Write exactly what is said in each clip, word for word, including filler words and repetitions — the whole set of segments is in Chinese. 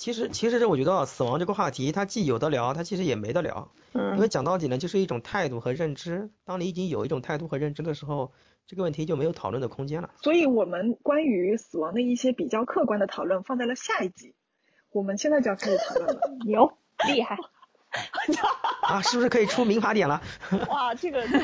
其实其实我觉得死亡这个话题它既有的聊，它其实也没得聊。 嗯， 因为讲到底呢，就是一种态度和认知。当你已经有一种态度和认知的时候，这个问题就没有讨论的空间了。 所以我们关于死亡的一些比较客观的讨论放在了下一集。我们现在就要开始讨论了。 牛，厉害啊，是不是可以出民法典了？ 哇，这个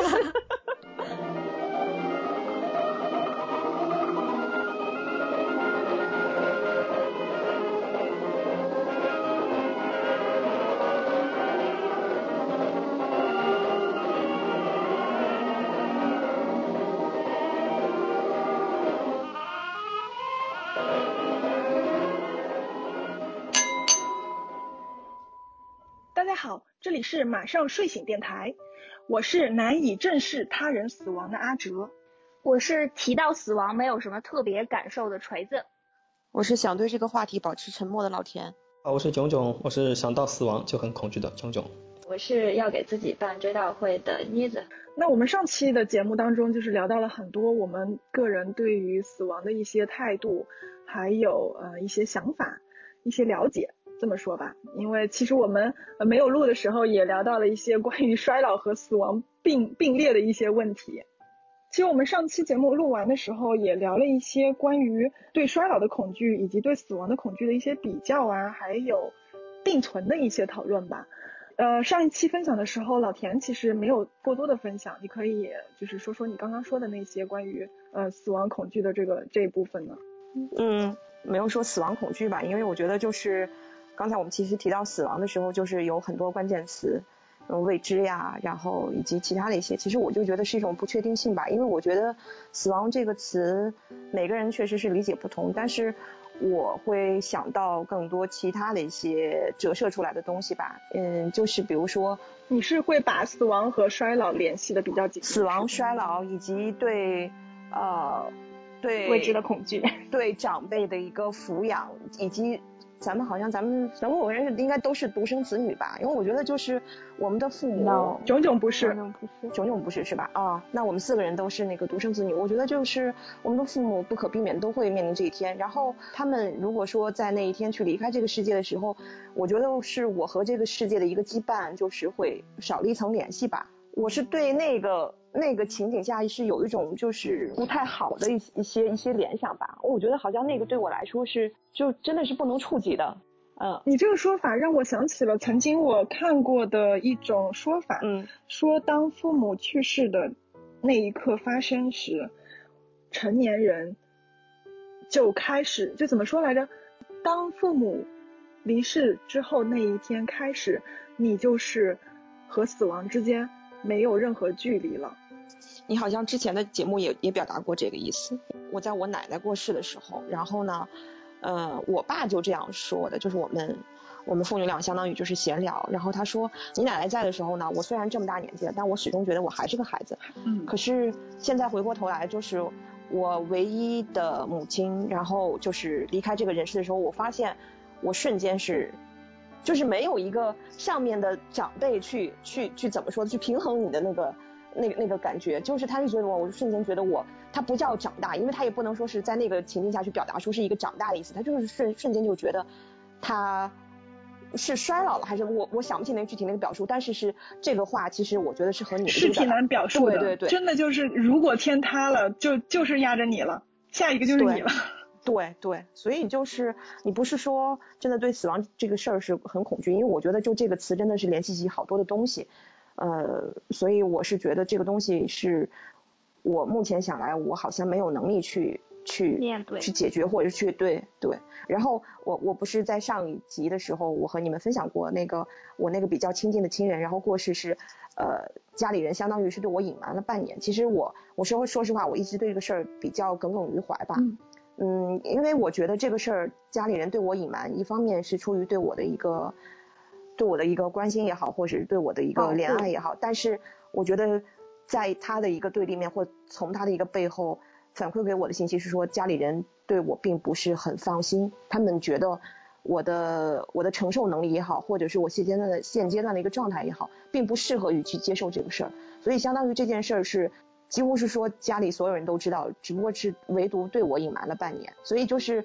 大家好，这里是马上睡醒电台，我是难以正视他人死亡的阿哲， 我是提到死亡没有什么特别感受的锤子， 我是想对这个话题保持沉默的老田。 啊，我是炯炯，我是想到死亡就很恐惧的炯炯。 我是要给自己办追悼会的妮子。 那我们上期的节目当中就是聊到了很多我们个人对于死亡的一些态度，还有呃一些想法，一些了解，这么说吧。因为其实我们呃没有录的时候也聊到了一些关于衰老和死亡并并列的一些问题。其实我们上期节目录完的时候也聊了一些关于对衰老的恐惧以及对死亡的恐惧的一些比较啊，还有并存的一些讨论吧。呃，上一期分享的时候，老田其实没有过多的分享，你可以就是说说你刚刚说的那些关于呃死亡恐惧的这个这一部分呢？ 嗯，没有说死亡恐惧吧，因为我觉得就是刚才我们其实提到死亡的时候，就是有很多关键词，嗯，未知呀，然后以及其他的一些，其实我就觉得是一种不确定性吧，因为我觉得死亡这个词每个人确实是理解不同，但是我会想到更多其他的一些折射出来的东西吧。嗯，就是比如说你是会把死亡和衰老联系的比较紧密， 死亡、衰老以及对呃对未知的恐惧， 对长辈的一个抚养，以及咱们好像咱们咱们我认识应该都是独生子女吧，因为我觉得就是我们的父母 no 炯炯不是， 炯炯不是， 炯炯不是是吧？啊，那我们四个人都是那个独生子女，我觉得就是我们的父母不可避免都会面临这一天，然后他们如果说在那一天去离开这个世界的时候，我觉得是我和这个世界的一个羁绊，就是会少了一层联系吧。我是对那个那个情景下是有一种就是不太好的一一些一些联想吧，我觉得好像那个对我来说是就真的是不能触及的。嗯， 你这个说法让我想起了曾经我看过的一种说法， 嗯， 说当父母去世的那一刻发生时，成年人就开始就怎么说来着？当父母离世之后那一天开始，你就是和死亡之间没有任何距离了。 你好像之前的节目也也表达过这个意思。我在我奶奶过世的时候，然后呢呃，我爸就这样说的，就是我们我们父女俩相当于就是闲聊，然后他说你奶奶在的时候呢，我虽然这么大年纪了，但我始终觉得我还是个孩子。 嗯， 可是现在回过头来，就是我唯一的母亲，然后就是离开这个人世的时候，我发现我瞬间是就是没有一个上面的长辈去去去怎么说去平衡你的那个那个那个感觉，就是他就觉得我，我瞬间觉得我，他不叫长大，因为他也不能说是在那个情境下去表达出是一个长大的意思，他就是瞬瞬间就觉得他是衰老了，还是我我想不起那个具体那个表述，但是是这个话，其实我觉得是和你是挺难表述的， 对对对， 真的就是如果天塌了，就就是压着你了，下一个就是你了。 对对，所以就是你不是说真的对死亡这个事儿是很恐惧，因为我觉得就这个词真的是联系起好多的东西。呃，所以我是觉得这个东西是我目前想来，我好像没有能力去去面对去解决，或者是去对对。然后我我不是在上一集的时候，我和你们分享过那个我那个比较亲近的亲人，然后过世是呃家里人相当于是对我隐瞒了半年。其实我我说说实话，我一直对这个事儿比较耿耿于怀吧。嗯嗯，因为我觉得这个事儿家里人对我隐瞒，一方面是出于对我的一个。对我的一个关心也好，或者是对我的一个怜爱也好，但是我觉得在他的一个对立面，或从他的一个背后反馈给我的信息是说，家里人对我并不是很放心，他们觉得我的我的承受能力也好，或者是我现阶段的现阶段的一个状态也好，并不适合于去接受这个事儿，所以相当于这件事儿是几乎是说家里所有人都知道，只不过是唯独对我隐瞒了半年，所以就是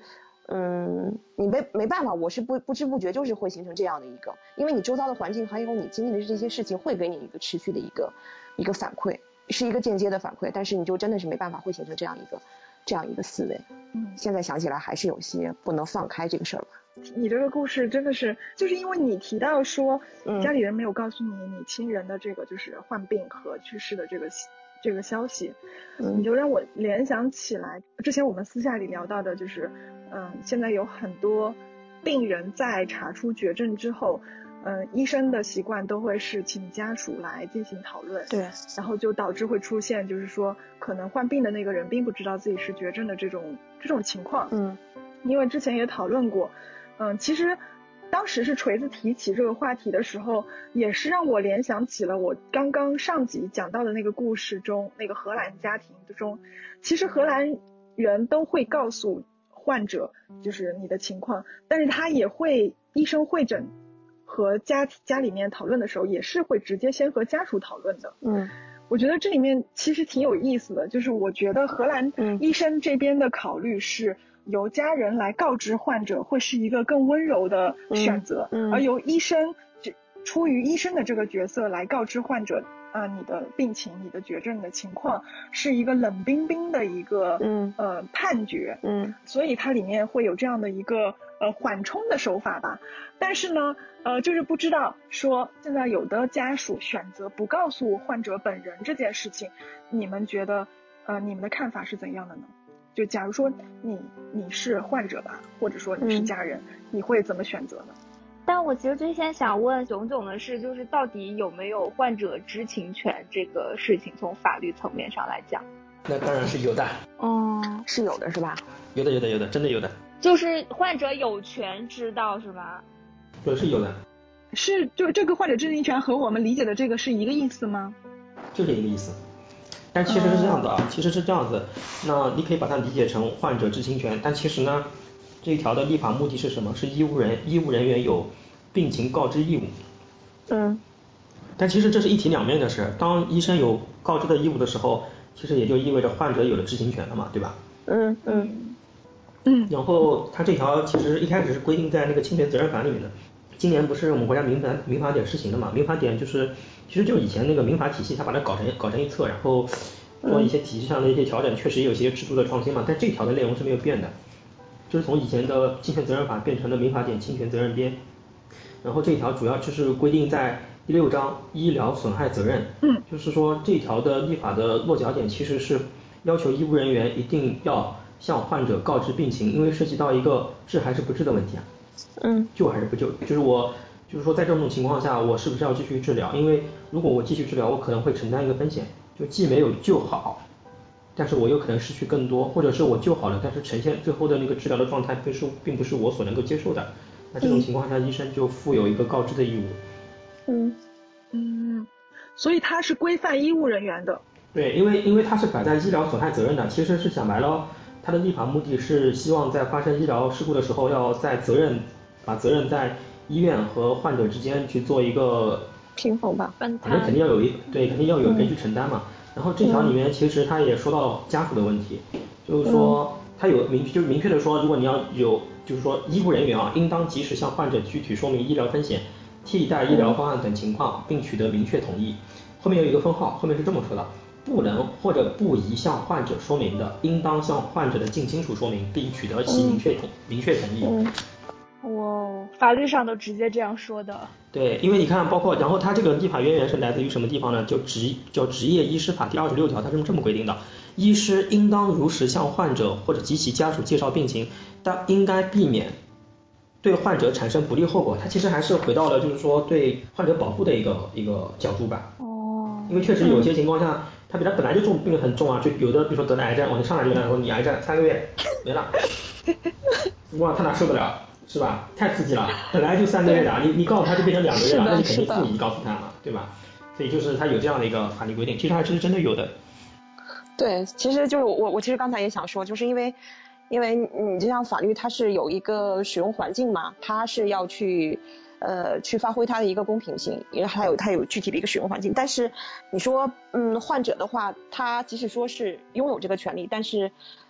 嗯，你没没办法，我是不不知不觉就是会形成这样的一个，因为你周遭的环境还有你经历的这些事情会给你一个持续的一个一个反馈，是一个间接的反馈，但是你就真的是没办法会形成这样一个这样一个思维。嗯，现在想起来还是有些不能放开这个事儿吧。 你这个故事真的是，就是因为你提到说，家里人没有告诉你你亲人的这个就是患病和去世的这个这个消息，嗯，你就让我联想起来之前我们私下里聊到的，就是嗯，现在有很多病人在查出绝症之后，嗯，医生的习惯都会是请家属来进行讨论， 对， 然后就导致会出现就是说可能患病的那个人并不知道自己是绝症的这种这种情况。 嗯， 因为之前也讨论过，嗯，其实当时是锤子提起这个话题的时候，也是让我联想起了我刚刚上集讲到的那个故事中，那个荷兰家庭中，其实荷兰人都会告诉患者就是你的情况，但是他也会医生会诊和家家里面讨论的时候，也是会直接先和家属讨论的。 嗯， 我觉得这里面其实挺有意思的，就是我觉得荷兰医生这边的考虑是由家人来告知患者会是一个更温柔的选择， 嗯嗯、 而由医生出于医生的这个角色来告知患者啊、呃，你的病情、你的绝症的情况是一个冷冰冰的一个嗯呃判决， 嗯， 所以它里面会有这样的一个呃缓冲的手法吧。但是呢，呃，就是不知道说现在有的家属选择不告诉患者本人这件事情，你们觉得呃你们的看法是怎样的呢？就假如说你你是患者吧，或者说你是家人，嗯、你会怎么选择呢？ 但我其实最先想问囧囧的是，就是到底有没有患者知情权这个事情，从法律层面上来讲？ 那当然是有的。 哦、嗯，是有的是吧？ 有的有的有的，真的有的。 就是患者有权知道是吧？ 对，是有的。 是，就这个患者知情权和我们理解的这个是一个意思吗？ 就是一个意思。但其实是这样的啊，其实是这样子，那你可以把它理解成患者知情权，但其实呢，这一条的立法目的是什么？是医务人医务人员有病情告知义务。 嗯。 但其实这是一体两面的事，当医生有告知的义务的时候，其实也就意味着患者有了知情权了嘛，对吧？ 嗯嗯嗯。 然后它这条其实一开始是规定在那个侵权责任法里面的，今年不是我们国家民法民法典施行的嘛？民法典就是其实就以前那个民法体系，它把它搞成搞成一册，然后做一些体系上的一些调整，确实也有一些制度的创新嘛。但这条的内容是没有变的，就是从以前的侵权责任法变成了民法典侵权责任编。然后这条主要就是规定在第六章医疗损害责任， 嗯， 就是说这条的立法的落脚点其实是要求医务人员一定要向患者告知病情，因为涉及到一个治还是不治的问题啊。 嗯， 救还是不救，就是我就是说在这种情况下，我是不是要继续治疗？因为如果我继续治疗，我可能会承担一个风险，就既没有救好，但是我有可能失去更多，或者是我救好了，但是呈现最后的那个治疗的状态并是并不是我所能够接受的。那这种情况下，医生就负有一个告知的义务。 嗯嗯，所以它是规范医务人员的。 对，因为因为它是摆在医疗损害责任的，其实是讲白了，它的立法目的是希望在发生医疗事故的时候，要在责任把责任在医院和患者之间去做一个平衡吧， 反正肯定要有一对，肯定要有人去承担嘛。嗯、然后这条里面其实他也说到家属的问题，嗯、就是说他有明就是明确的说，如果你要有就是说医护人员啊，应当及时向患者具体说明医疗风险、替代医疗方案等情况，并取得明确同意。后面有一个分号，后面是这么说的：不能或者不宜向患者说明的，应当向患者的近亲属说明，并取得其明确同、嗯、明确同意。 嗯哇，法律上都直接这样说的。 对，因为你看，包括然后它这个立法渊源是来自于什么地方呢？就职叫职业医师法第二十六条，它是这么规定的：医师应当如实向患者或者及其家属介绍病情，但应该避免对患者产生不利后果。它其实还是回到了就是说对患者保护的一个一个角度吧。 哦。 因为确实有些情况下，他比他本来就重病很重啊，就有的比如说得了癌症，我一上来就跟他说你癌症三个月没了，哇，他哪受得了？是吧？太刺激了，本来就三个月的，你你告诉他就变成两个月了，那你肯定不宜告诉他嘛，对吧？所以就是他有这样的一个法律规定，其实还是真的有的。 对，其实就是我我其实刚才也想说，就是因为因为你这样法律它是有一个使用环境嘛，它是要去呃去发挥它的一个公平性，因为还有它有具体的一个使用环境。但是你说嗯患者的话，他即使说是拥有这个权利，但是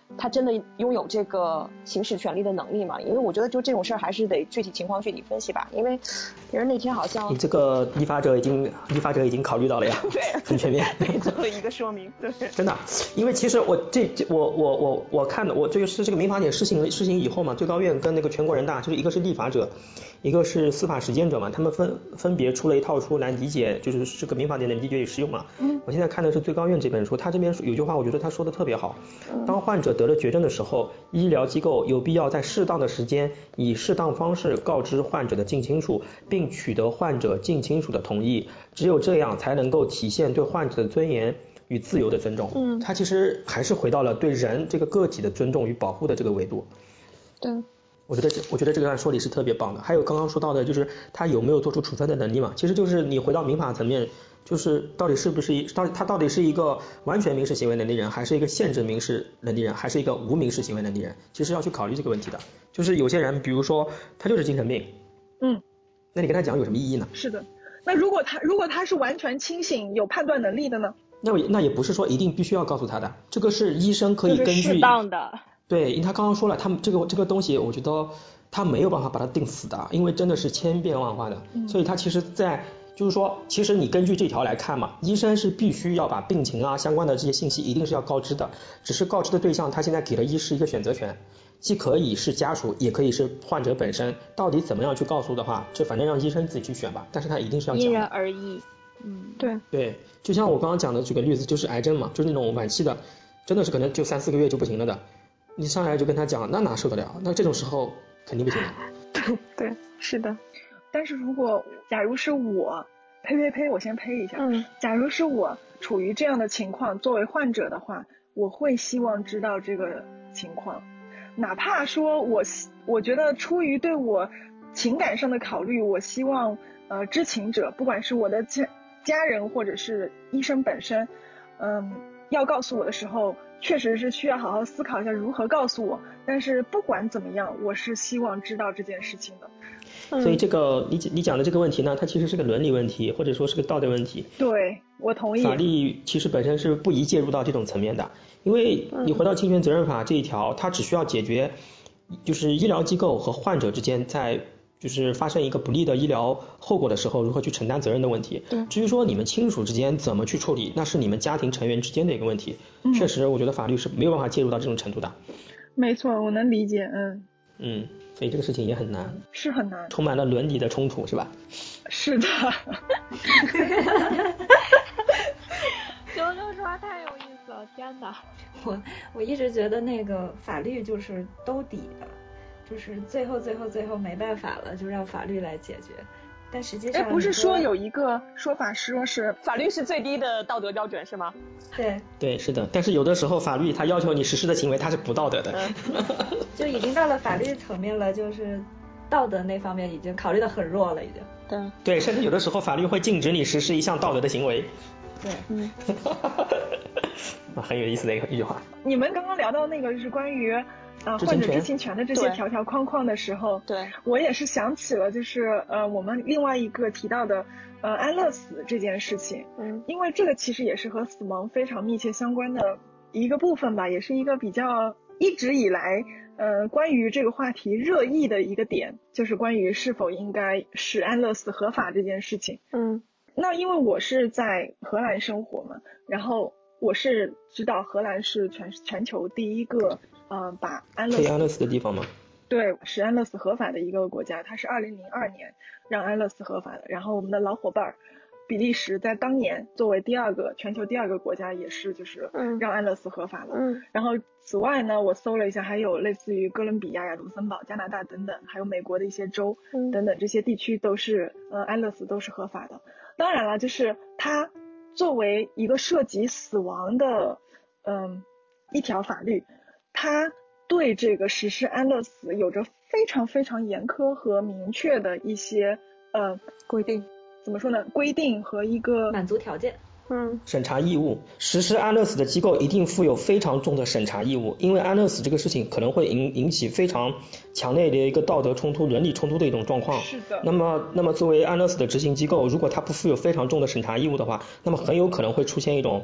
他真的拥有这个行使权利的能力吗？因为我觉得就这种事儿还是得具体情况具体分析吧。因为别人那天好像你这个立法者已经立法者已经考虑到了呀， 对， 很全面， 对，做了一个说明，对， 真的，因为其实我这这我我我我看的我这个是这个民法典施行施行以后嘛，最高院跟那个全国人大就是一个是立法者，一个是司法实践者嘛，他们分分别出了一套书来理解就是这个民法典的理解与适用嘛。嗯，我现在看的是最高院这本书，他这边有句话我觉得他说的特别好，当患者得了绝症的时候，医疗机构有必要在适当的时间以适当方式告知患者的近亲属，并取得患者近亲属的同意，只有这样才能够体现对患者的尊严与自由的尊重。嗯，他其实还是回到了对人这个个体的尊重与保护的这个维度。 对， 我觉得这我觉得这个说理是特别棒的。还有刚刚说到的就是他有没有做出处分的能力嘛，其实就是你回到民法层面，就是到底是不是一到底他到底是一个完全民事行为能力人，还是一个限制民事能力人，还是一个无民事行为能力人，其实要去考虑这个问题的。就是有些人比如说他就是精神病， 嗯， 那你跟他讲有什么意义呢？ 是的，那如果他如果他是完全清醒有判断能力的呢？ 那我那也不是说一定必须要告诉他的，这个是医生可以根据适当的。 对，因为他刚刚说了，他们这个这个东西，我觉得他没有办法把它定死的，因为真的是千变万化的，嗯、所以他其实在就是说，其实你根据这条来看嘛，医生是必须要把病情啊相关的这些信息一定是要告知的，只是告知的对象他现在给了医师一个选择权，既可以是家属，也可以是患者本身，到底怎么样去告诉的话，这反正让医生自己去选吧，但是他一定是要讲的， 因人而异。嗯， 对对，就像我刚刚讲的举个例子，就是癌症嘛，就是那种晚期的，真的是可能就三四个月就不行了的，你上来就跟他讲，那哪受得了？那这种时候肯定不行的。 对对，是的。 但是如果假如是我，呸呸呸，我先呸一下。 嗯， 假如是我处于这样的情况，作为患者的话，我会希望知道这个情况，哪怕说我我觉得出于对我情感上的考虑，我希望呃知情者，不管是我的家家人或者是医生本身，嗯，要告诉我的时候，确实是需要好好思考一下如何告诉我。但是不管怎么样，我是希望知道这件事情的。 所以这个你你讲的这个问题呢，它其实是个伦理问题，或者说是个道德问题。 对，我同意。 法律其实本身是不宜介入到这种层面的，因为你回到侵权责任法这一条，它只需要解决就是医疗机构和患者之间在就是发生一个不利的医疗后果的时候如何去承担责任的问题。 对， 至于说你们亲属之间怎么去处理，那是你们家庭成员之间的一个问题。嗯、确实我觉得法律是没有办法介入到这种程度的。 没错，我能理解。嗯嗯，所以这个事情也很难， 是很难， 充满了伦理的冲突，是吧？ 是的。 九九说太有意思了，天哪！ 我我一直觉得那个法律就是兜底的，就是最后最后最后没办法了，就让法律来解决。但实际上， 哎，不是说有一个说法说是法律是最低的道德标准是吗？ 对对，是的。但是有的时候法律它要求你实施的行为它是不道德的。 就已经到了法律层面了，就是道德那方面已经考虑的很弱了，已经。 对对，甚至有的时候法律会禁止你实施一项道德的行为。 对， 嗯。 很有意思的一句话。 你们刚刚聊到那个就是关于呃患者知情权的这些条条框框的时候， 对， 我也是想起了就是呃我们另外一个提到的呃安乐死这件事情。 嗯， 因为这个其实也是和死亡非常密切相关的一个部分吧，也是一个比较一直以来呃关于这个话题热议的一个点，就是关于是否应该使安乐死合法这件事情。 嗯， 那因为我是在荷兰生活嘛，然后我是知道荷兰是全全球第一个呃把安乐死可以安乐死的地方吗？ 对，使安乐死合法的一个国家，它是二零零二年让安乐死合法的。然后我们的老伙伴比利时在当年作为第二个全球第二个国家，也是就是让安乐死合法了。 嗯， 然后此外呢，我搜了一下，还有类似于哥伦比亚呀、卢森堡、加拿大等等，还有美国的一些州等等这些地区都是呃安乐死都是合法的。当然了，就是它作为一个涉及死亡的嗯一条法律，它对这个实施安乐死有着非常非常严苛和明确的一些呃规定， 怎么说呢？规定和一个满足条件。 嗯， 审查义务，实施安乐死的机构一定负有非常重的审查义务，因为安乐死这个事情可能会引引起非常强烈的一个道德冲突、伦理冲突的一种状况。 是的。 那么，那么作为安乐死的执行机构，如果它不负有非常重的审查义务的话，那么很有可能会出现一种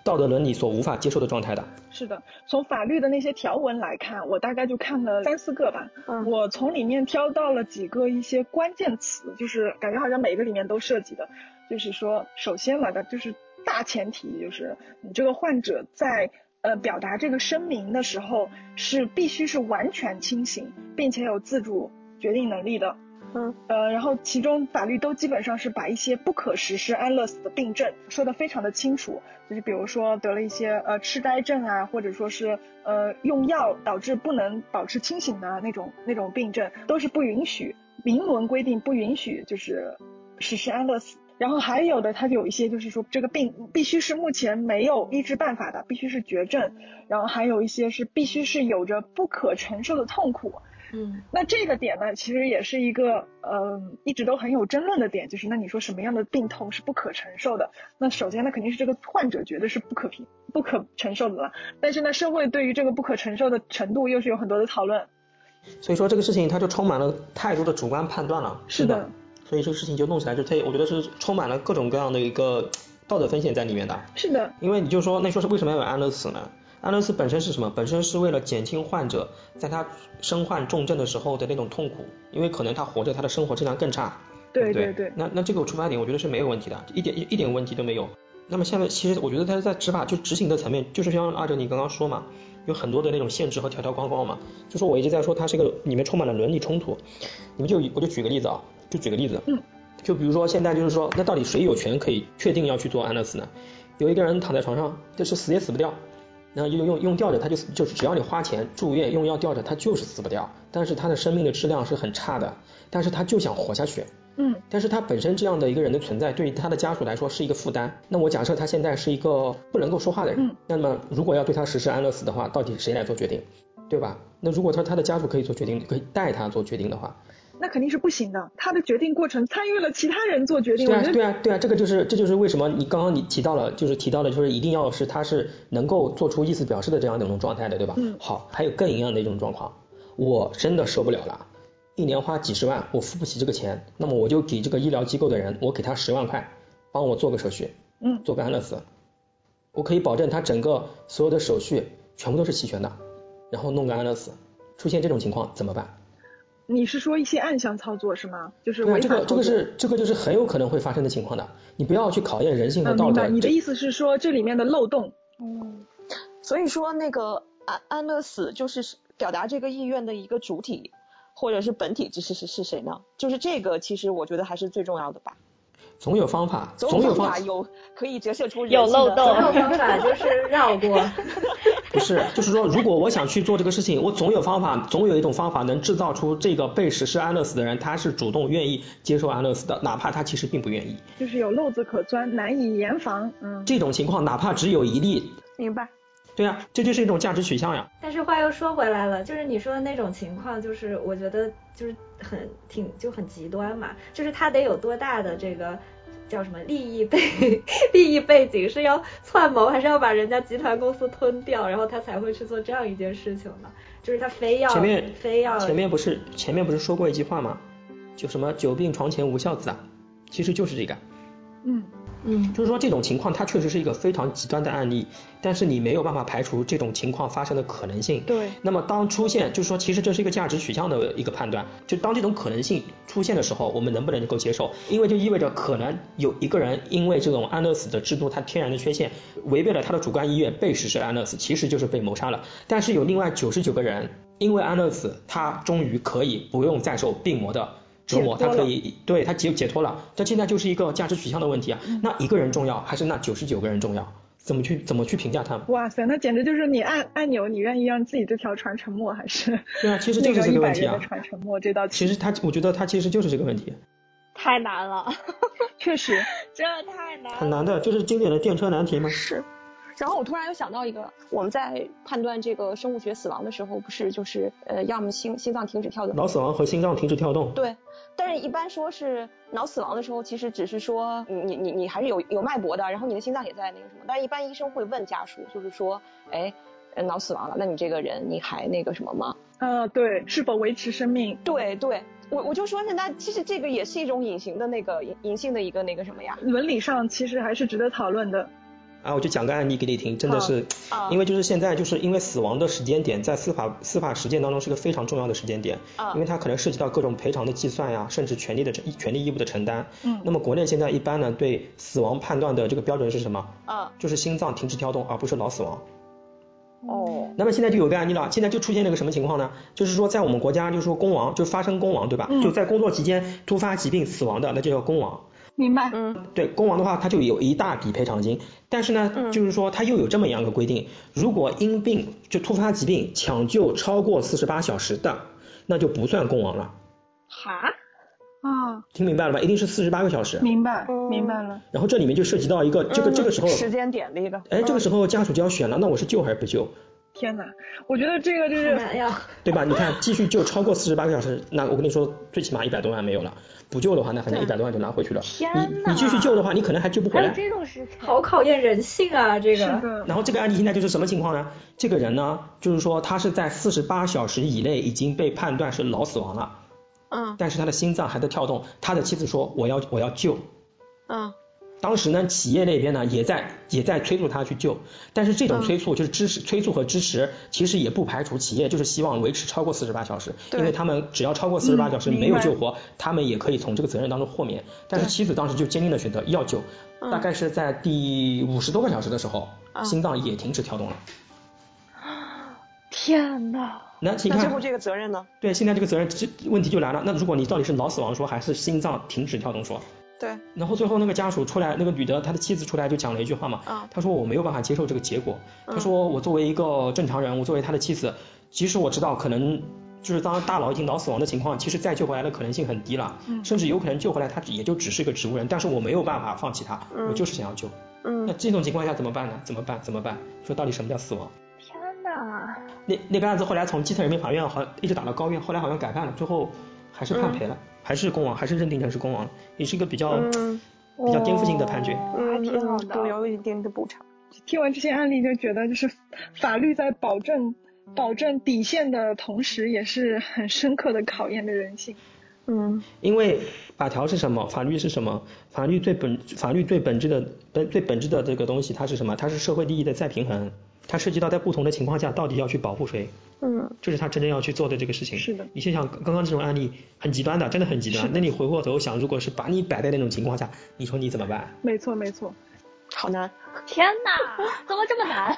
道德伦理所无法接受的状态的。 是的，从法律的那些条文来看，我大概就看了三四个吧。嗯，我从里面挑到了几个一些关键词，就是感觉好像每个里面都涉及的。就是说，首先嘛的，就是大前提就是你这个患者在呃表达这个声明的时候，是必须是完全清醒，并且有自主决定能力的。嗯，呃，然后其中法律都基本上是把一些不可实施安乐死的病症说得非常的清楚，就是比如说得了一些呃痴呆症啊，或者说是呃用药导致不能保持清醒的那种那种病症，都是不允许，明文规定不允许就是实施安乐死。然后还有的它有一些就是说这个病必须是目前没有医治办法的，必须是绝症，然后还有一些是必须是有着不可承受的痛苦。嗯，那这个点呢，其实也是一个呃一直都很有争论的点，就是那你说什么样的病痛是不可承受的？那首先呢，肯定是这个患者觉得是不可平不可承受的了，但是呢，社会对于这个不可承受的程度又是有很多的讨论。 所以说这个事情它就充满了太多的主观判断了。 是的。 所以这个事情就弄起来就它我觉得是充满了各种各样的一个道德风险在里面的。 是的。 因为你就说那说是为什么要有安乐死呢？安乐死本身是什么？本身是为了减轻患者在他身患重症的时候的那种痛苦，因为可能他活着他的生活质量更差。 对对对, 对, 对。 那那这个出发点我觉得是没有问题的，一点一点问题都没有。那么现在其实我觉得他在执法就执行的层面，就是像阿哲你刚刚说嘛，有很多的那种限制和条条框框嘛，就说我一直在说它是一个里面充满了伦理冲突。你们就我就举个例子啊，就举个例子，嗯，就比如说现在就是说，那到底谁有权可以确定要去做安乐死呢？有一个人躺在床上，就是死也死不掉。然后用用用吊着，他就就是只要你花钱住院用药吊着，他就是死不掉，但是他的生命的质量是很差的，但是他就想活下去。嗯，但是他本身这样的一个人的存在，对于他的家属来说是一个负担。那我假设他现在是一个不能够说话的人，嗯，那么如果要对他实施安乐死的话，到底谁来做决定，对吧？那如果他他的家属可以做决定，可以代他做决定的话， 那肯定是不行的，他的决定过程参与了其他人做决定。 对啊对啊对啊，这个就是这就是为什么你刚刚你提到了，就是提到了就是一定要是他是能够做出意思表示的这样的一种状态的，对吧？嗯。好，还有更一样的一种状况，我真的受不了了，一年花几十万，我付不起这个钱，那么我就给这个医疗机构的人，我给他十万块，帮我做个手续，嗯，做个安乐死，我可以保证他整个所有的手续全部都是齐全的，然后弄个安乐死，出现这种情况怎么办？ 你是说一些暗箱操作是吗？就是对、啊、这个这个是这个就是很有可能会发生的情况的，你不要去考验人性和道德。 嗯、明白，你的意思是说这里面的漏洞。 嗯，所以说那个安安乐死就是表达这个意愿的一个主体或者是本体是是是谁呢？就是这个其实我觉得还是最重要的吧。 总有方法， 总有方法有可以折射出有漏洞， 总有方法就是绕过。 不是，就是说如果我想去做这个事情，我总有方法，总有一种方法能制造出这个被实施安乐死的人他是主动愿意接受安乐死的，哪怕他其实并不愿意， 就是有漏子可钻，难以严防。嗯， 这种情况哪怕只有一例， 明白。 对啊，这就是一种价值取向呀。 但是话又说回来了，就是你说的那种情况，就是我觉得就是很挺就很极端嘛，就是他得有多大的这个叫什么利益背利益背景，是要篡谋还是要把人家集团公司吞掉，然后他才会去做这样一件事情呢？就是他非要前面非要前面不是前面不是说过一句话吗？就什么久病床前无孝子啊，其实就是这个。嗯。嗯，就是说这种情况它确实是一个非常极端的案例，但是你没有办法排除这种情况发生的可能性。 对。 那么当出现，就是说其实这是一个价值取向的一个判断，就当这种可能性出现的时候，我们能不能够接受？因为就意味着可能有一个人因为这种安乐死的制度它天然的缺陷，违背了他的主观意愿被实施安乐死，其实就是被谋杀了。但是有另外九十九个人因为安乐死，他终于可以不用再受病魔的折磨，他可以对他解解脱了，这现在就是一个价值取向的问题啊。嗯、那一个人重要还是那九十九个人重要？怎么去怎么去评价他们？ 哇塞，那简直就是你按按钮，你愿意让自己这条船沉没还是？ 对啊，其实就是这个问题啊。 那个一百人的船沉没这道题， 其实他我觉得他其实就是这个问题。 太难了， 确实， 真的太难了。 很难的，就是经典的电车难题嘛。 是。然后我突然又想到一个，我们在判断这个生物学死亡的时候，不是就是呃，要么心心脏停止跳动， 脑死亡和心脏停止跳动。 对，但是一般说是脑死亡的时候，其实只是说你你你还是有有脉搏的，然后你的心脏也在那个什么，但是一般医生会问家属，就是说，哎，脑死亡了，那你这个人你还那个什么吗？ 呃，对，是否维持生命？ 对对。我我就说是，那其实这个也是一种隐形的那个隐隐性的一个那个什么呀？ 伦理上其实还是值得讨论的。 啊，我就讲个案例给你听，真的是，啊、因为就是现在就是因为死亡的时间点在司法司法实践当中是个非常重要的时间点，啊、因为它可能涉及到各种赔偿的计算呀，甚至权利的权利义务的承担。嗯。那么国内现在一般呢对死亡判断的这个标准是什么？啊，就是心脏停止跳动，而不是脑死亡。哦。那么现在就有个案例了，现在就出现了个什么情况呢？就是说在我们国家就是说工亡就发生工亡对吧？嗯。就在工作期间突发疾病死亡的，那就叫工亡。 明白。嗯， 对，工亡的话它就有一大笔赔偿金，但是呢、嗯、就是说它又有这么样一个规定，如果因病就突发疾病抢救超过四十八小时的，那就不算工亡了。 哈啊， 听明白了吧？一定是四十八个小时。 明白明白了。 然后这里面就涉及到一个这个、嗯、这个时候时间点的一个， 哎，这个时候家属就要选了，那我是救还是不救？ 天哪，我觉得这个就是对吧？你看继续救超过四十八个小时，那我跟你说最起码一百多万没有了，不救的话那反正一百多万就拿回去了。 天哪，你你继续救的话你可能还救不回来。 还有这种事情， 好考验人性啊这个。 然后这个案例现在就是什么情况呢？这个人呢就是说他是在四十八小时以内已经被判断是脑死亡了，嗯，但是他的心脏还在跳动，他的妻子说我要我要救，嗯。当时呢，企业那边呢也在也在催促他去救，但是这种催促就是支持、嗯、催促和支持，其实也不排除企业就是希望维持超过四十八小时，因为他们只要超过四十八小时没有救活、嗯，他们也可以从这个责任当中豁免。但是妻子当时就坚定的选择要救，大概是在第五十多个小时的时候，嗯、心脏也停止跳动了。 天哪！ 那你看， 那最后这个责任呢？ 对，现在这个责任这问题就来了。那如果你到底是脑死亡说还是心脏停止跳动说？ 对， 然后最后那个家属出来，那个女的她的妻子出来就讲了一句话嘛，啊、她说我没有办法接受这个结果，她、嗯、说我作为一个正常人，我作为她的妻子，即使我知道可能就是当大脑已经脑死亡的情况，其实再救回来的可能性很低了，嗯、甚至有可能救回来他也就只是个植物人，但是我没有办法放弃他，嗯、我就是想要救，嗯，那这种情况下怎么办呢？怎么办？怎么办？说到底什么叫死亡？ 天哪！ 那那个案子后来从基层人民法院好一直打到高院，后来好像改判了，最后还是判赔了。嗯，还是工亡，还是认定成是工亡，也是一个比较、嗯、比较颠覆性的判决， 嗯，还挺好的，都有一定的补偿。 听完这些案例就觉得，就是法律在保证保证底线的同时，也是很深刻的考验的人性。 嗯， 因为法条是什么？法律是什么？法律最本法律最本质的本最本质的这个东西，它是什么？它是社会利益的再平衡。它涉及到在不同的情况下到底要去保护谁，嗯，这是他真正要去做的这个事情。 是的， 你想想刚刚这种案例很极端的，真的很极端，那你回过头想，如果是把你摆在那种情况下，你说你怎么办？ 没错没错， 好难， 天哪，怎么这么难？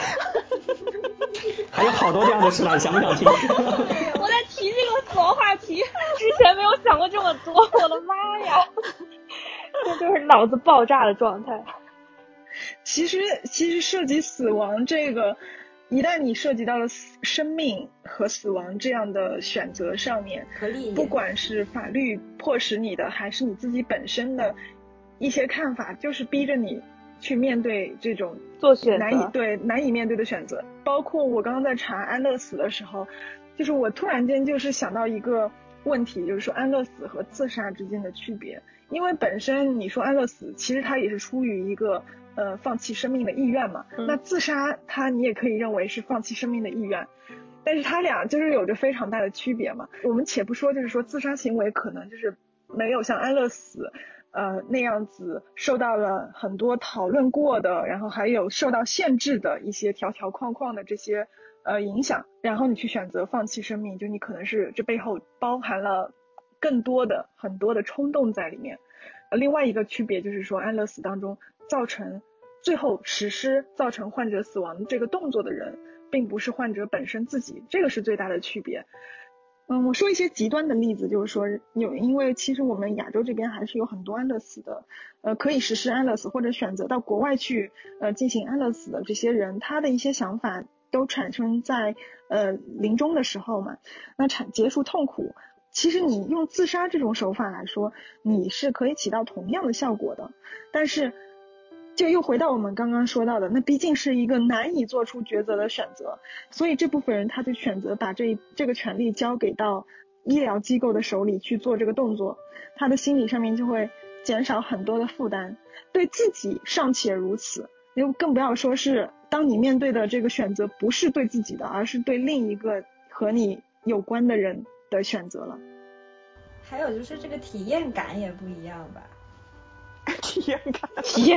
还有好多这样的事呢，想不想听？ 我在提这个死亡话题之前没有想过这么多，我的妈呀，这就是脑子爆炸的状态。 其实其实涉及死亡这个，一旦你涉及到了生命和死亡这样的选择上面，不管是法律迫使你的，还是你自己本身的一些看法，就是逼着你去面对这种做选择难以对难以面对的选择。包括我刚刚在查安乐死的时候，就是我突然间就是想到一个问题，就是说安乐死和自杀之间的区别。因为本身你说安乐死，其实它也是出于一个呃放弃生命的意愿嘛，嗯、那自杀它你也可以认为是放弃生命的意愿，但是它俩就是有着非常大的区别嘛。我们且不说就是说自杀行为可能就是没有像安乐死呃那样子受到了很多讨论过的，然后还有受到限制的一些条条框框的这些呃影响，然后你去选择放弃生命，就你可能是这背后包含了更多的很多的冲动在里面。另外一个区别就是说安乐死当中造成最后实施造成患者死亡这个动作的人并不是患者本身自己，这个是最大的区别。嗯，我说一些极端的例子，就是说有因为其实我们亚洲这边还是有很多安乐死的呃可以实施安乐死或者选择到国外去呃进行安乐死的这些人，他的一些想法都产生在呃临终的时候嘛，那产结束痛苦。其实你用自杀这种手法来说，你是可以起到同样的效果的，但是就又回到我们刚刚说到的，那毕竟是一个难以做出抉择的选择，所以这部分人他就选择把这这个权利交给到医疗机构的手里去做这个动作，他的心理上面就会减少很多的负担，对自己尚且如此，又更不要说是当你面对的这个选择不是对自己的，而是对另一个和你有关的人的选择了。 还有就是这个体验感也不一样吧。 体验感体验感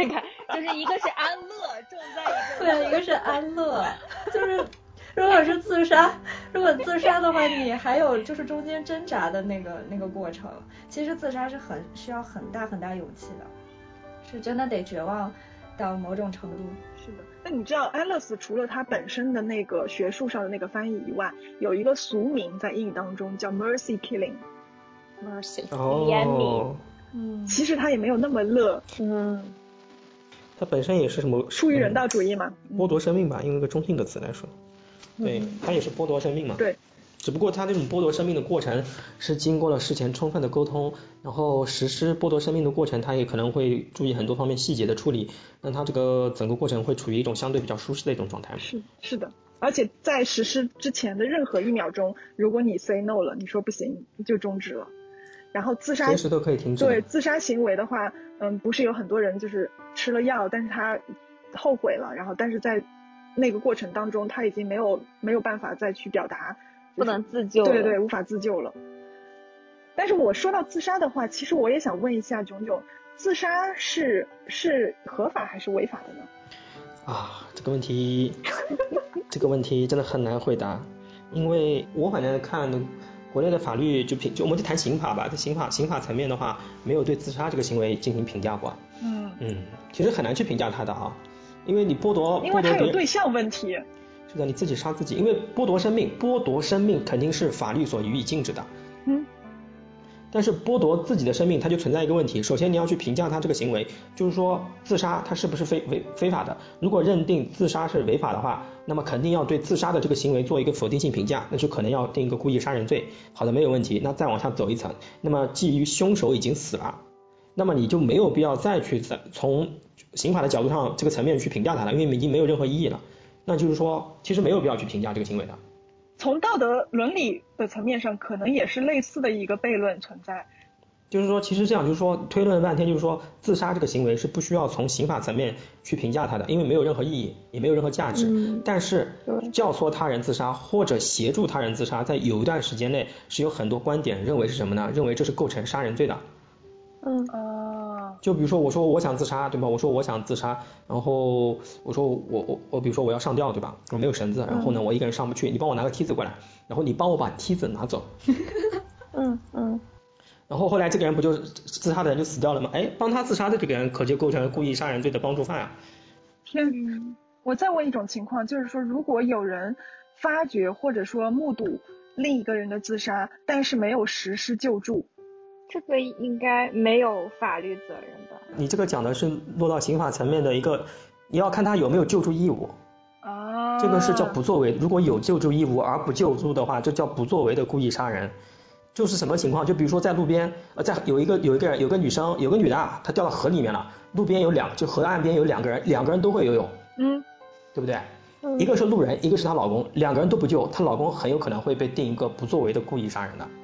就是一个是安乐，重在一个对，一个是安乐，就是如果是自杀，如果自杀的话，你还有就是中间挣扎的那个那个过程。其实自杀是很需要很大很大勇气的，是真的得绝望到某种程度。 是的，那你知道安乐死除了它本身的那个学术上的那个翻译以外，有一个俗名在英语当中叫 mercy killing。mercy 怜悯。 嗯， 其实它也没有那么乐， 嗯， 它本身也是什么出于人道主义嘛， 嗯、剥夺生命吧，用一个中性的词来说，对，它也是剥夺生命嘛。 对。 只不过它这种剥夺生命的过程是经过了事前充分的沟通，然后实施剥夺生命的过程，它也可能会注意很多方面细节的处理，那它这个整个过程会处于一种相对比较舒适的一种状态。 是是的，而且在实施之前的任何一秒钟，如果你 say no 了，你说不行就终止了。然后自杀随时都可以停止。 对，自杀行为的话，嗯，不是有很多人就是吃了药，但是他后悔了，然后但是在那个过程当中，他已经没有没有办法再去表达。 不能自救了， 对对，无法自救了。但是我说到自杀的话，其实我也想问一下炯炯，自杀是是合法还是违法的呢？ 啊，这个问题，这个问题真的很难回答，因为我反正看国内的法律就评，就我们就谈刑法吧，在刑法刑法层面的话，没有对自杀这个行为进行评价过。 嗯嗯，其实很难去评价他的啊，因为你剥夺， 因为他有对象问题。 是的，你自己杀自己，因为剥夺生命，剥夺生命肯定是法律所予以禁止的。 嗯。 但是剥夺自己的生命，它就存在一个问题。首先你要去评价他这个行为，就是说自杀它是不是非违非法的。如果认定自杀是违法的话，那么肯定要对自杀的这个行为做一个否定性评价，那就可能要定一个故意杀人罪。好的，没有问题。那再往下走一层，那么基于凶手已经死了，那么你就没有必要再去从刑法的角度上这个层面去评价他了，因为已经没有任何意义了。那就是说，其实没有必要去评价这个行为的。 从道德伦理的层面上，可能也是类似的一个悖论存在。 就是说，其实这样就是说，推论半天就是说，自杀这个行为是不需要从刑法层面去评价它的，因为没有任何意义，也没有任何价值。 嗯、 但是教唆他人自杀或者协助他人自杀，在有一段时间内是有很多观点认为是什么呢？认为这是构成杀人罪的。 嗯啊， 就比如说我说我想自杀，对吧？我说我想自杀，然后我说我我我比如说我要上吊，对吧？我没有绳子，然后呢我一个人上不去，你帮我拿个梯子过来，然后你帮我把梯子拿走。 嗯嗯。 然后后来这个人不就自杀的人就死掉了吗？哎，帮他自杀的这个人可就构成故意杀人罪的帮助犯啊。 天，我再问一种情况，就是说如果有人发觉或者说目睹另一个人的自杀，但是没有实施救助。 这个应该没有法律责任吧？ 你这个讲的是落到刑法层面的一个，你要看他有没有救助义务啊。 这个是叫不作为，如果有救助义务而不救助的话，这叫不作为的故意杀人。就是什么情况？就比如说在路边，呃，在有一个有一个人有个女生有个女的啊，她掉到河里面了，路边有两就河岸边有两个人，两个人都会游泳， 嗯， 对不对？ 嗯、 一个是路人，一个是她老公，两个人都不救，她老公很有可能会被定一个不作为的故意杀人的。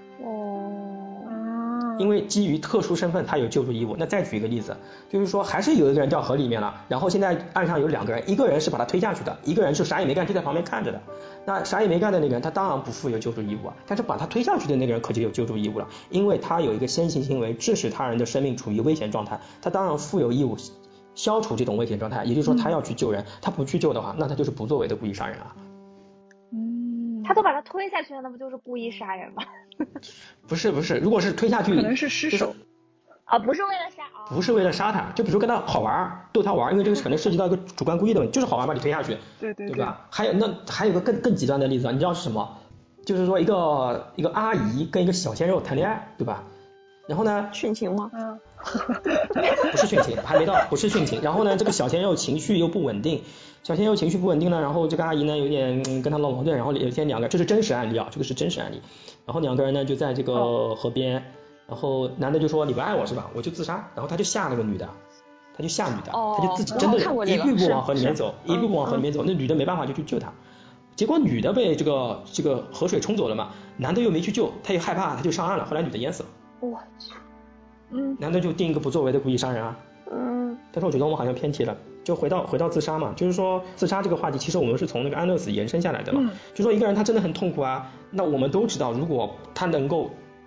因为基于特殊身份他有救助义务。那再举一个例子，就是说还是有一个人掉河里面了，然后现在岸上有两个人，一个人是把他推下去的，一个人是啥也没干就在旁边看着的。那啥也没干的那个人他当然不负有救助义务啊，但是把他推下去的那个人可就有救助义务了，因为他有一个先行行为致使他人的生命处于危险状态，他当然负有义务消除这种危险状态，也就是说他要去救人，他不去救的话，那他就是不作为的故意杀人啊。 嗯， 他都把他推下去了，那不就是故意杀人吗？ 不是不是，如果是推下去， 可能是失手。 啊，不是为了杀啊， 不是为了杀他，就比如说跟他好玩，逗他玩，因为这个可能涉及到一个主观故意的问题，就是好玩把你推下去， 对对对吧？还有那还有个更更极端的例子，你知道是什么？就是说一个一个阿姨跟一个小鲜肉谈恋爱，对吧？然后呢？ 殉情吗？ 嗯， 不是殉情，还没到，不是殉情。然后呢，这个小鲜肉情绪又不稳定，小鲜肉情绪不稳定呢，然后这个阿姨呢有点、嗯、跟他闹矛盾，然后有一天两个，这是真实案例啊，这个是真实案例。然后两个人呢就在这个河边。哦，然后男的就说你不爱我是吧，我就自杀，然后他就吓那个女的，他就吓女的， 哦、 他就自己真的一步步往河里面走，一步步往河里面走， 嗯、 那女的没办法就去救他，结果女的被这个这个河水冲走了嘛，男的又没去救，他又害怕，他就上岸了，后来女的淹死了。 我去， 嗯， 男的就定一个不作为的故意杀人啊。 嗯， 但是我觉得我们好像偏题了，就回到回到自杀嘛，就是说自杀这个话题，其实我们是从那个安乐死延伸下来的嘛， 嗯， 就说一个人他真的很痛苦啊，那我们都知道，如果他能够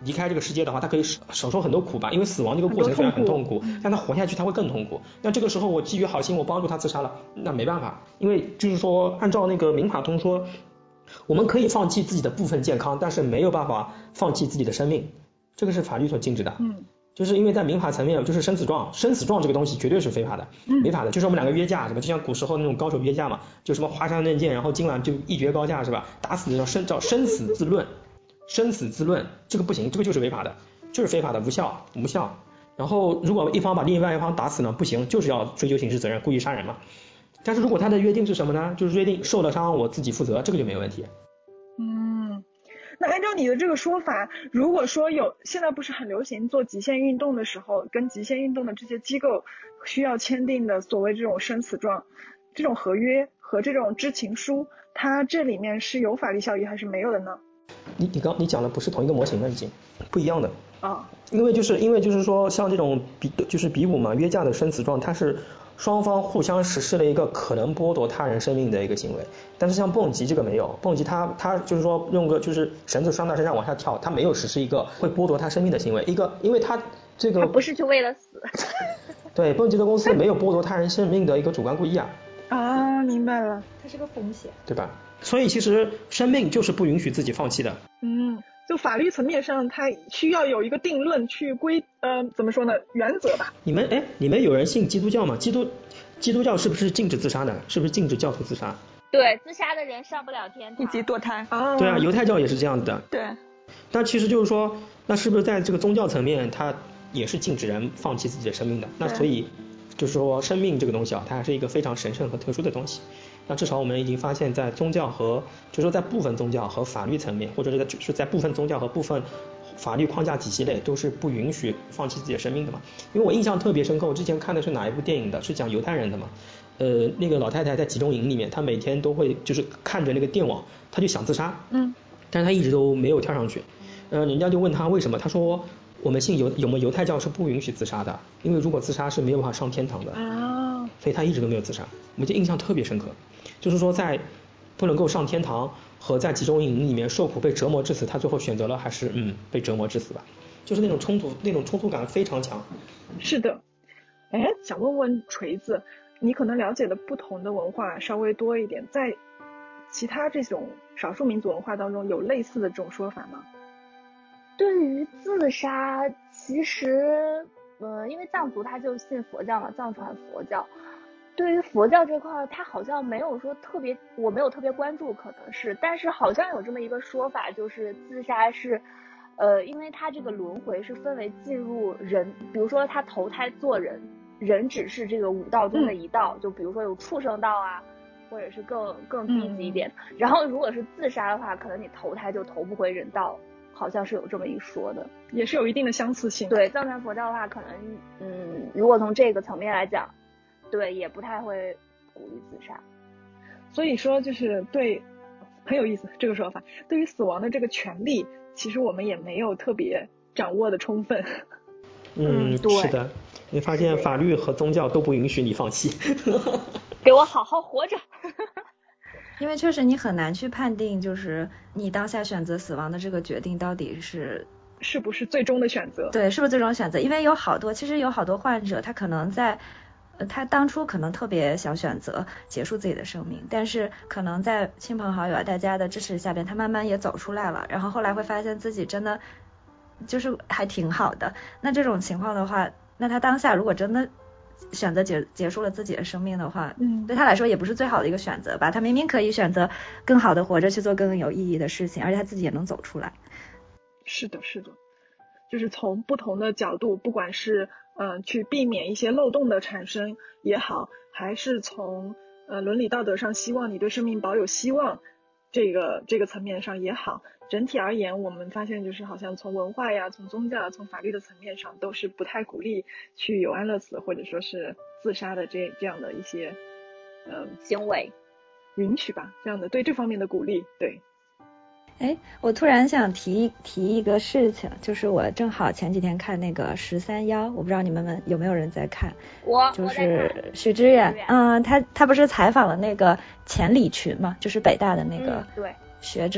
离开这个世界的话，他可以少受很多苦吧，因为死亡这个过程虽然很痛苦，但他活下去他会更痛苦。那这个时候我基于好心我帮助他自杀了，那没办法，因为就是说按照那个民法通说，我们可以放弃自己的部分健康，但是没有办法放弃自己的生命，这个是法律所禁止的。 嗯， 就是因为在民法层面，就是生死状，生死状这个东西绝对是非法的，违法的。就是我们两个约架，是吧？就像古时候那种高手约架嘛，就什么华山论剑，然后今晚就一决高下，是吧？打死叫生叫生死自论，生死自论，这个不行，这个就是违法的，就是非法的，无效无效。然后如果一方把另外一方打死呢，不行，就是要追究刑事责任，故意杀人嘛。但是如果他的约定是什么呢？就是约定受了伤我自己负责，这个就没有问题。 嗯，那按照你的这个说法，如果说有现在不是很流行做极限运动的时候，跟极限运动的这些机构需要签订的所谓这种生死状，这种合约和这种知情书，它这里面是有法律效益还是没有的呢？ 你你刚你讲的不是同一个模型了，已经不一样的啊， 因为就是因为就是说像这种比就是比武嘛，约架的生死状，它是双方互相实施了一个可能剥夺他人生命的一个行为，但是像蹦极这个没有，蹦极他他就是说用个就是绳子拴到身上往下跳，他没有实施一个会剥夺他生命的行为，一个因为他这个他不是去为了死， 对，蹦极的公司没有剥夺他人生命的一个主观故意啊。 啊，明白了， 它是个风险， 对吧？所以其实生命就是不允许自己放弃的。 嗯，就法律层面上，它需要有一个定论去规呃怎么说呢，原则吧。 你们哎，你们有人信基督教吗？基督基督教是不是禁止自杀的？是不是禁止教徒自杀？ 对，自杀的人上不了天堂， 以及堕胎啊， 对啊，犹太教也是这样子的。 对， 那其实就是说，那是不是在这个宗教层面，它也是禁止人放弃自己的生命的？那所以就是说，生命这个东西啊，它还是一个非常神圣和特殊的东西。那至少我们已经发现，在宗教和就是说在部分宗教和法律层面，或者这个就是在部分宗教和部分法律框架体系内，都是不允许放弃自己的生命的嘛。因为我印象特别深刻，我之前看的是哪一部电影的，是讲犹太人的嘛。呃，那个老太太在集中营里面，她每天都会就是看着那个电网，她就想自杀， 嗯， 但是她一直都没有跳上去。呃，人家就问她为什么，她说我们信犹有没有犹太教是不允许自杀的，因为如果自杀是没有办法上天堂的啊， 所以她一直都没有自杀。我就印象特别深刻。就是说在不能够上天堂和在集中营里面受苦被折磨致死，他最后选择了还是嗯被折磨致死吧，就是那种冲突那种冲突感非常强。 是的，哎，想问问锤子，你可能了解的不同的文化稍微多一点，在其他这种少数民族文化当中有类似的这种说法吗？ 对于自杀，其实呃因为藏族他就信佛教嘛，藏传佛教，对于佛教这块，他好像没有说特别，我没有特别关注，可能是，但是好像有这么一个说法，就是自杀是，呃，因为他这个轮回是分为进入人，比如说他投胎做人，人只是这个五道中的一道，嗯、就比如说有畜生道啊，或者是更更低级一点。嗯、然后如果是自杀的话，可能你投胎就投不回人道，好像是有这么一说的， 也是有一定的相似性。 对，藏传佛教的话，可能嗯，如果从这个层面来讲。对，也不太会鼓励自杀， 所以说就是对，很有意思这个说法。对于死亡的这个权利，其实我们也没有特别掌握的充分。 嗯， 对， 是的，你发现法律和宗教都不允许你放弃， 给我好好活着。 因为确实你很难去判定，就是你当下选择死亡的这个决定到底是是不是最终的选择？ 对，是不是最终选择？因为有好多，其实有好多患者，他可能在。他当初可能特别想选择结束自己的生命，但是可能在亲朋好友啊大家的支持下边，他慢慢也走出来了，然后后来会发现自己真的就是还挺好的。那这种情况的话，那他当下如果真的选择结结束了自己的生命的话，嗯，对他来说也不是最好的一个选择吧。他明明可以选择更好的活着，去做更有意义的事情，而且他自己也能走出来。 是的，是的，就是从不同的角度，不管是嗯、呃，去避免一些漏洞的产生也好，还是从呃伦理道德上希望你对生命保有希望这个这个层面上也好，整体而言，我们发现就是好像从文化呀、从宗教、从法律的层面上，都是不太鼓励去有安乐死或者说是自杀的这这样的一些嗯、呃、 行为， 允许吧，这样的对这方面的鼓励，对。 哎，我突然想提提一个事情，就是我正好前几天看那个十三幺，我不知道你们们有没有人在看？ 我就是许知远，嗯，他他不是采访了那个钱理群嘛，就是北大的那个对学者，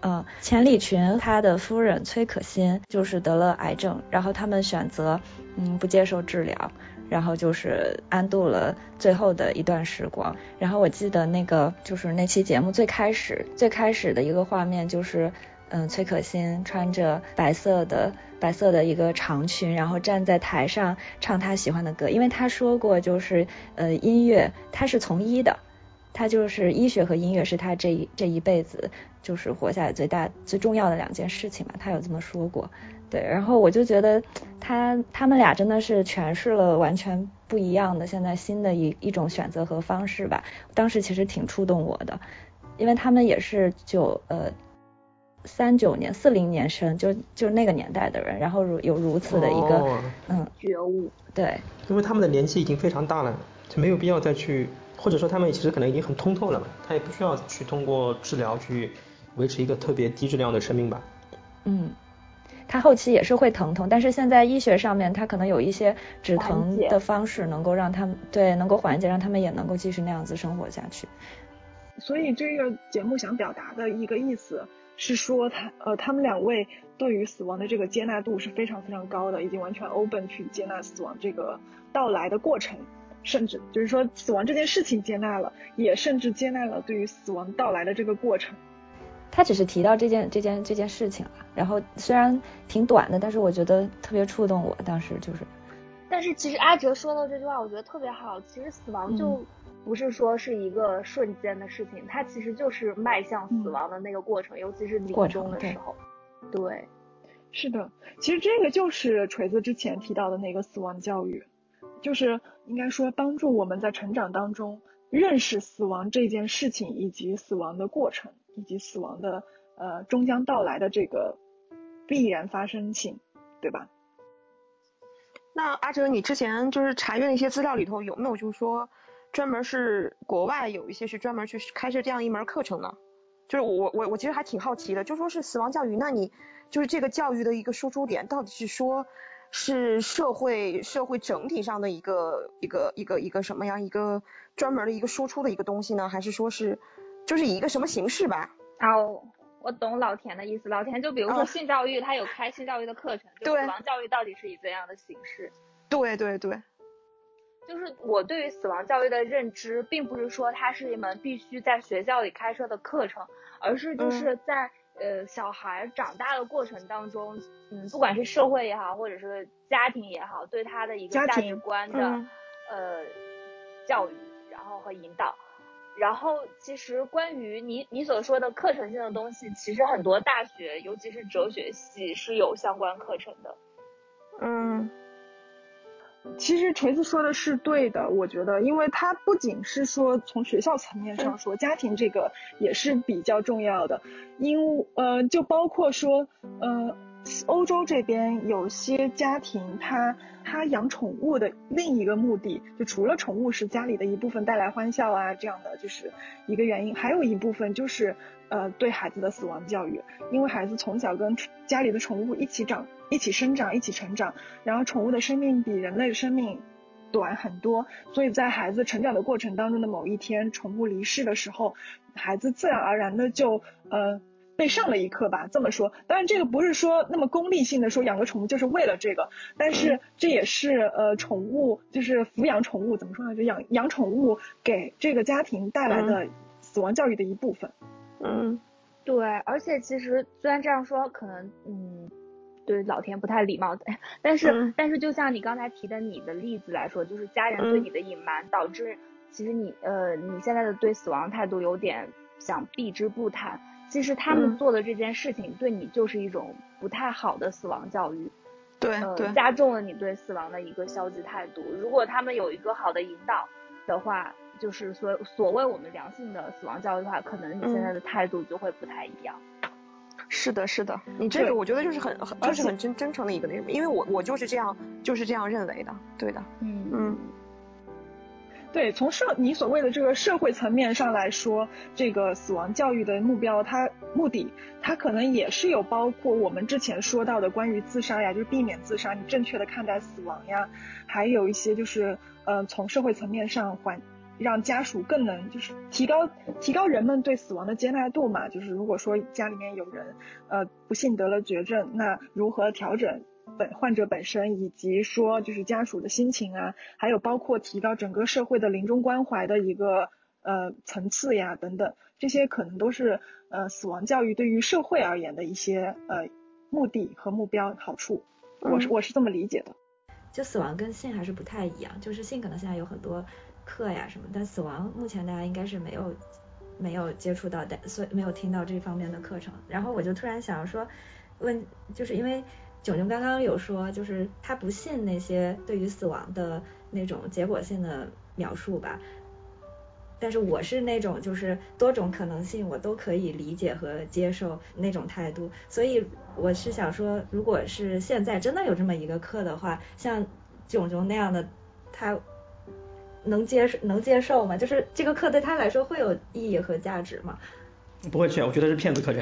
嗯，钱理群他的夫人崔可欣就是得了癌症，然后他们选择嗯不接受治疗，然后就是安度了最后的一段时光。然后我记得那个就是那期节目最开始最开始的一个画面就是嗯崔可欣穿着白色的白色的一个长裙，然后站在台上唱他喜欢的歌，因为他说过就是呃音乐他是从医的，他就是医学和音乐是他这一这一辈子就是活下来最大最重要的两件事情嘛，他有这么说过。对，然后我就觉得他他们俩真的是诠释了完全不一样的现在新的一一种选择和方式吧。当时其实挺触动我的，因为他们也是就呃三九年四零年生，就就那个年代的人，然后如有如此的一个、哦、嗯觉悟。 对， 因为他们的年纪已经非常大了，就没有必要再去，或者说他们其实可能已经很通透了，他也不需要去通过治疗去维持一个特别低质量的生命吧。 嗯，他后期也是会疼痛，但是现在医学上面他可能有一些止疼的方式能够让他们对能够缓解，让他们也能够继续那样子生活下去。 所以这个节目想表达的一个意思是说他呃他们两位对于死亡的这个接纳度是非常非常高的，已经完全 open 去接纳死亡这个到来的过程，甚至就是说死亡这件事情接纳了，也甚至接纳了对于死亡到来的这个过程。 他只是提到这件这件这件事情了，然后虽然挺短的，但是我觉得特别触动我，当时就是。 但是其实阿哲说到这句话我觉得特别好，其实死亡就不是说是一个瞬间的事情、嗯、它其实就是迈向死亡的那个过程、嗯、尤其是临终的时候。对, 对， 是的，其实这个就是锤子之前提到的那个死亡教育，就是应该说帮助我们在成长当中认识死亡这件事情，以及死亡的过程，以及死亡的呃终将到来的这个必然发生性，对吧？ 那阿哲，你之前就是查阅的一些资料里头有没有就是说专门是国外有一些是专门去开设这样一门课程呢？就是我我我其实还挺好奇的，就说是死亡教育，那你就是这个教育的一个输出点到底是说是社会社会整体上的一个一个一个一个什么样一个专门的一个输出的一个东西呢？还是说是就是以一个什么形式吧？ 哦，我懂老田的意思。老田就比如说性教育，他有开性教育的课程，就死亡教育到底是以怎样的形式？ 对对对， 就是我对于死亡教育的认知，并不是说它是一门必须在学校里开设的课程，而是就是在、嗯、呃小孩长大的过程当中，嗯，不管是社会也好，或者是家庭也好，对他的一个价值观的、嗯、呃教育，然后和引导。然后其实关于你你所说的课程性的东西，其实很多大学尤其是哲学系是有相关课程的。 嗯， 其实锤子说的是对的，我觉得，因为它不仅是说从学校层面上说，家庭这个也是比较重要的，因呃就包括说呃欧洲这边有些家庭他他养宠物的另一个目的，就除了宠物是家里的一部分带来欢笑啊这样的就是一个原因，还有一部分就是呃对孩子的死亡教育，因为孩子从小跟家里的宠物一起长一起生长一起成长，然后宠物的生命比人类的生命短很多，所以在孩子成长的过程当中的某一天宠物离世的时候，孩子自然而然的就呃被上了一课吧，这么说。当然这个不是说那么功利性的说养个宠物就是为了这个，但是这也是呃宠物就是抚养宠物怎么说呢，就养养宠物给这个家庭带来的死亡教育的一部分。 嗯， 对，而且其实虽然这样说可能嗯对老田不太礼貌，但是、嗯、但是就像你刚才提的你的例子来说，就是家人对你的隐瞒、嗯、导致其实你呃你现在的对死亡态度有点想避之不谈，其实他们做的这件事情对你就是一种不太好的死亡教育， 对、 呃、 对， 加重了你对死亡的一个消极态度。如果他们有一个好的引导的话，就是所所谓我们良性的死亡教育的话，可能你现在的态度就会不太一样。 嗯，是的，是的，你这个我觉得就是很很就是很真真诚的一个内容，因为我我就是这样就是这样认为的，对的， 嗯嗯。 对，从社你所谓的这个社会层面上来说，这个死亡教育的目标，它目的，它可能也是有包括我们之前说到的关于自杀呀，就是避免自杀，你正确的看待死亡呀，还有一些就是呃从社会层面上缓让家属更能就是提高提高人们对死亡的接纳度嘛，就是如果说家里面有人呃不幸得了绝症，那如何调整本患者本身，以及说就是家属的心情啊，还有包括提高整个社会的临终关怀的一个呃层次呀等等，这些可能都是呃死亡教育对于社会而言的一些呃目的和目标好处，我是我是这么理解的。 就死亡跟性还是不太一样，就是性可能现在有很多课呀什么，但死亡目前大家应该是没有没有接触到的，所以没有听到这方面的课程。然后我就突然想说问，就是因为炯炯刚刚有说就是他不信那些对于死亡的那种结果性的描述吧，但是我是那种就是多种可能性我都可以理解和接受那种态度，所以我是想说如果是现在真的有这么一个课的话，像炯炯那样的他能接受能接受吗？就是这个课对他来说会有意义和价值吗？ 不会去，我觉得是骗子课程。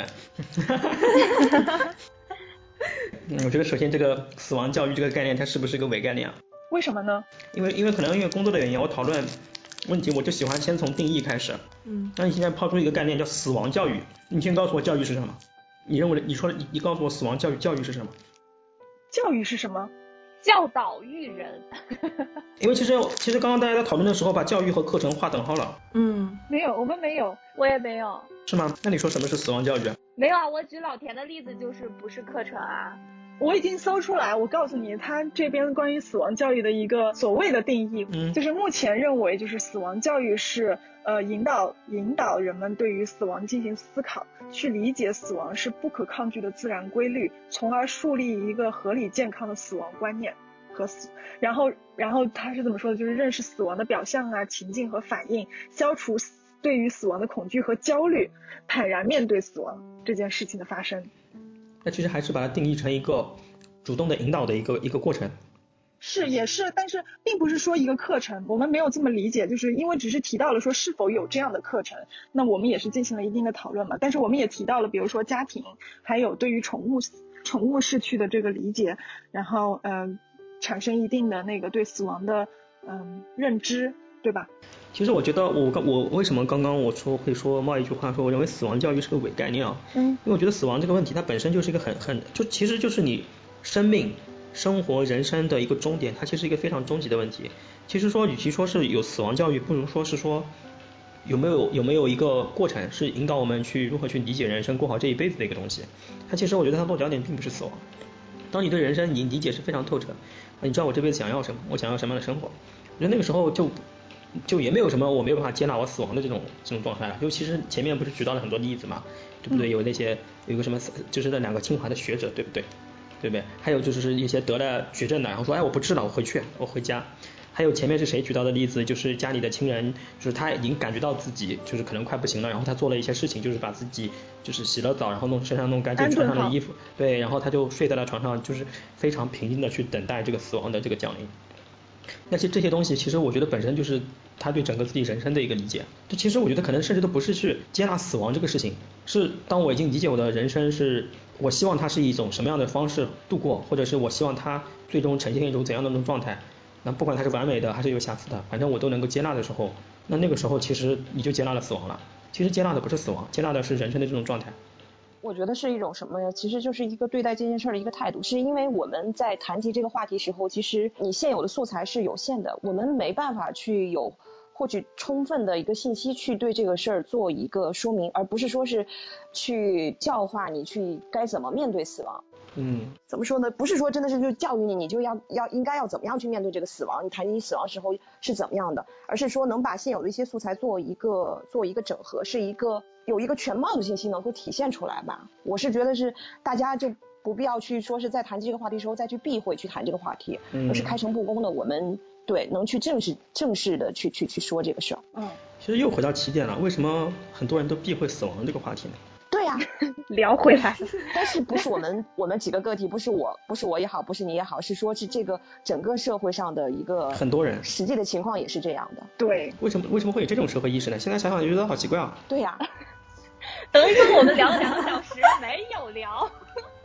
我觉得首先这个死亡教育这个概念它是不是个伪概念啊？ 为什么呢？ 因为因为可能因为工作的原因，我讨论问题我就喜欢先从定义开始。 嗯， 那你现在抛出一个概念叫死亡教育，你先告诉我教育是什么？你认为你说你你告诉我死亡教育教育是什么？ 教育是什么？ 教导育人。 因为其实其实刚刚大家在讨论的时候把教育和课程划等号了。 嗯， 没有，我们没有， 我也没有。 是吗？那你说什么是死亡教育啊？ 没有啊，我举老田的例子就是不是课程啊。 我已经搜出来，我告诉你，他这边关于死亡教育的一个所谓的定义， 嗯， 就是目前认为就是死亡教育是呃引导引导人们对于死亡进行思考，去理解死亡是不可抗拒的自然规律，从而树立一个合理健康的死亡观念和死，然后然后他是怎么说的？就是认识死亡的表象啊、情境和反应，消除对于死亡的恐惧和焦虑，坦然面对死亡这件事情的发生。 那其实还是把它定义成一个主动的引导的一个一个过程。 是也是，但是并不是说一个课程，我们没有这么理解，就是因为只是提到了说是否有这样的课程，那我们也是进行了一定的讨论嘛。但是我们也提到了，比如说家庭，还有对于宠物宠物逝去的这个理解，然后嗯、呃，产生一定的那个对死亡的嗯、呃、认知，对吧？ 其实我觉得我刚我为什么刚刚我说会说冒一句话说我认为死亡教育是个伪概念啊？ 嗯， 因为我觉得死亡这个问题它本身就是一个很很就其实就是你生命生活人生的一个终点，它其实是一个非常终极的问题。其实说与其说是有死亡教育，不如说是说有没有有没有一个过程是引导我们去如何去理解人生过好这一辈子的一个东西。它其实我觉得它落脚点并不是死亡。当你对人生你理解是非常透彻，你知道我这辈子想要什么，我想要什么样的生活，我觉得那个时候就就也没有什么我没有办法接纳我死亡的这种这种状态了。尤其是前面不是举到了很多例子嘛，对不对？有那些有一个什么就是那两个清华的学者，对不对？对不对？还有就是一些得了绝症的，然后说哎我不治了，我回去，我回家。还有前面是谁举到的例子，就是家里的亲人，就是他已经感觉到自己就是可能快不行了，然后他做了一些事情，就是把自己就是洗了澡，然后弄身上弄干净，穿上了衣服，对，然后他就睡在了床上，就是非常平静的去等待这个死亡的这个降临。那些这些东西其实我觉得本身就是他对整个自己人生的一个理解。就其实我觉得可能甚至都不是去接纳死亡这个事情，是当我已经理解我的人生是我希望它是一种什么样的方式度过，或者是我希望它最终呈现一种怎样的一种状态，那不管它是完美的还是有瑕疵的，反正我都能够接纳的时候，那那个时候其实你就接纳了死亡了。其实接纳的不是死亡，接纳的是人生的这种状态。 我觉得是一种什么呀？其实就是一个对待这件事的一个态度。是因为我们在谈及这个话题时候，其实你现有的素材是有限的，我们没办法去有获取充分的一个信息去对这个事儿做一个说明，而不是说是去教化你去该怎么面对死亡。 嗯， 怎么说呢？不是说真的是就教育你，你就要要应该要怎么样去面对这个死亡，你谈及死亡时候是怎么样的，而是说能把现有的一些素材做一个做一个整合，是一个有一个全貌的信息能够体现出来吧。我是觉得是大家就不必要去说是在谈这个话题的时候再去避讳去谈这个话题， 嗯、 而是开诚布公的，我们对能去正式正式的去去去说这个事儿。 嗯， 其实又回到起点了，为什么很多人都避讳死亡这个话题呢？ 对呀、啊， 聊回来， 但是不是我们我们几个个体，不是我不是我也好，不是你也好，是说是这个整个社会上的一个很多人实际的情况也是这样的。 对， 为什么为什么会有这种社会意识呢？现在想想就觉得好奇怪啊。 对呀、啊， 等于说我们聊了两个小时没有聊，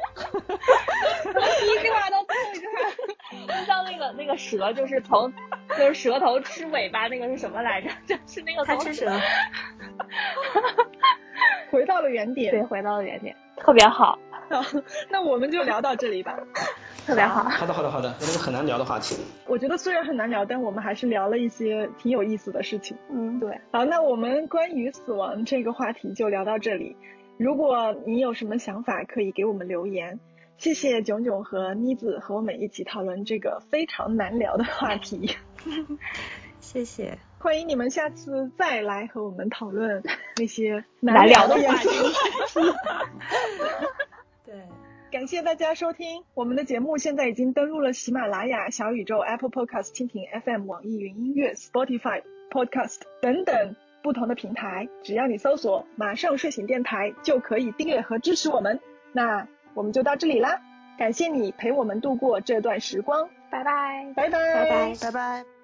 一句话都不会，就是像那个那个蛇，就是从就是舌头吃尾巴那个是什么来着？就是那个贪吃蛇。 回到了原点。 对，回到了原点，特别好。 好，那我们就聊到这里吧。 特别好。 好的好的好的，那个很难聊的话题。 我觉得虽然很难聊，但我们还是聊了一些挺有意思的事情。 嗯，对。 好，那我们关于死亡这个话题就聊到这里。如果你有什么想法，可以给我们留言。谢谢炯炯和妮子和我们一起讨论这个非常难聊的话题。 谢谢。 欢迎你们下次再来和我们讨论那些难聊的话题。 对。 感谢大家收听我们的节目，现在已经登录了喜马拉雅、小宇宙、Apple Podcast、蜻蜓 F M、网易云音乐、Spotify Podcast 等等不同的平台，只要你搜索马上睡醒电台就可以订阅和支持我们。那我们就到这里啦，感谢你陪我们度过这段时光， 拜拜， 拜拜， 拜拜， 拜拜。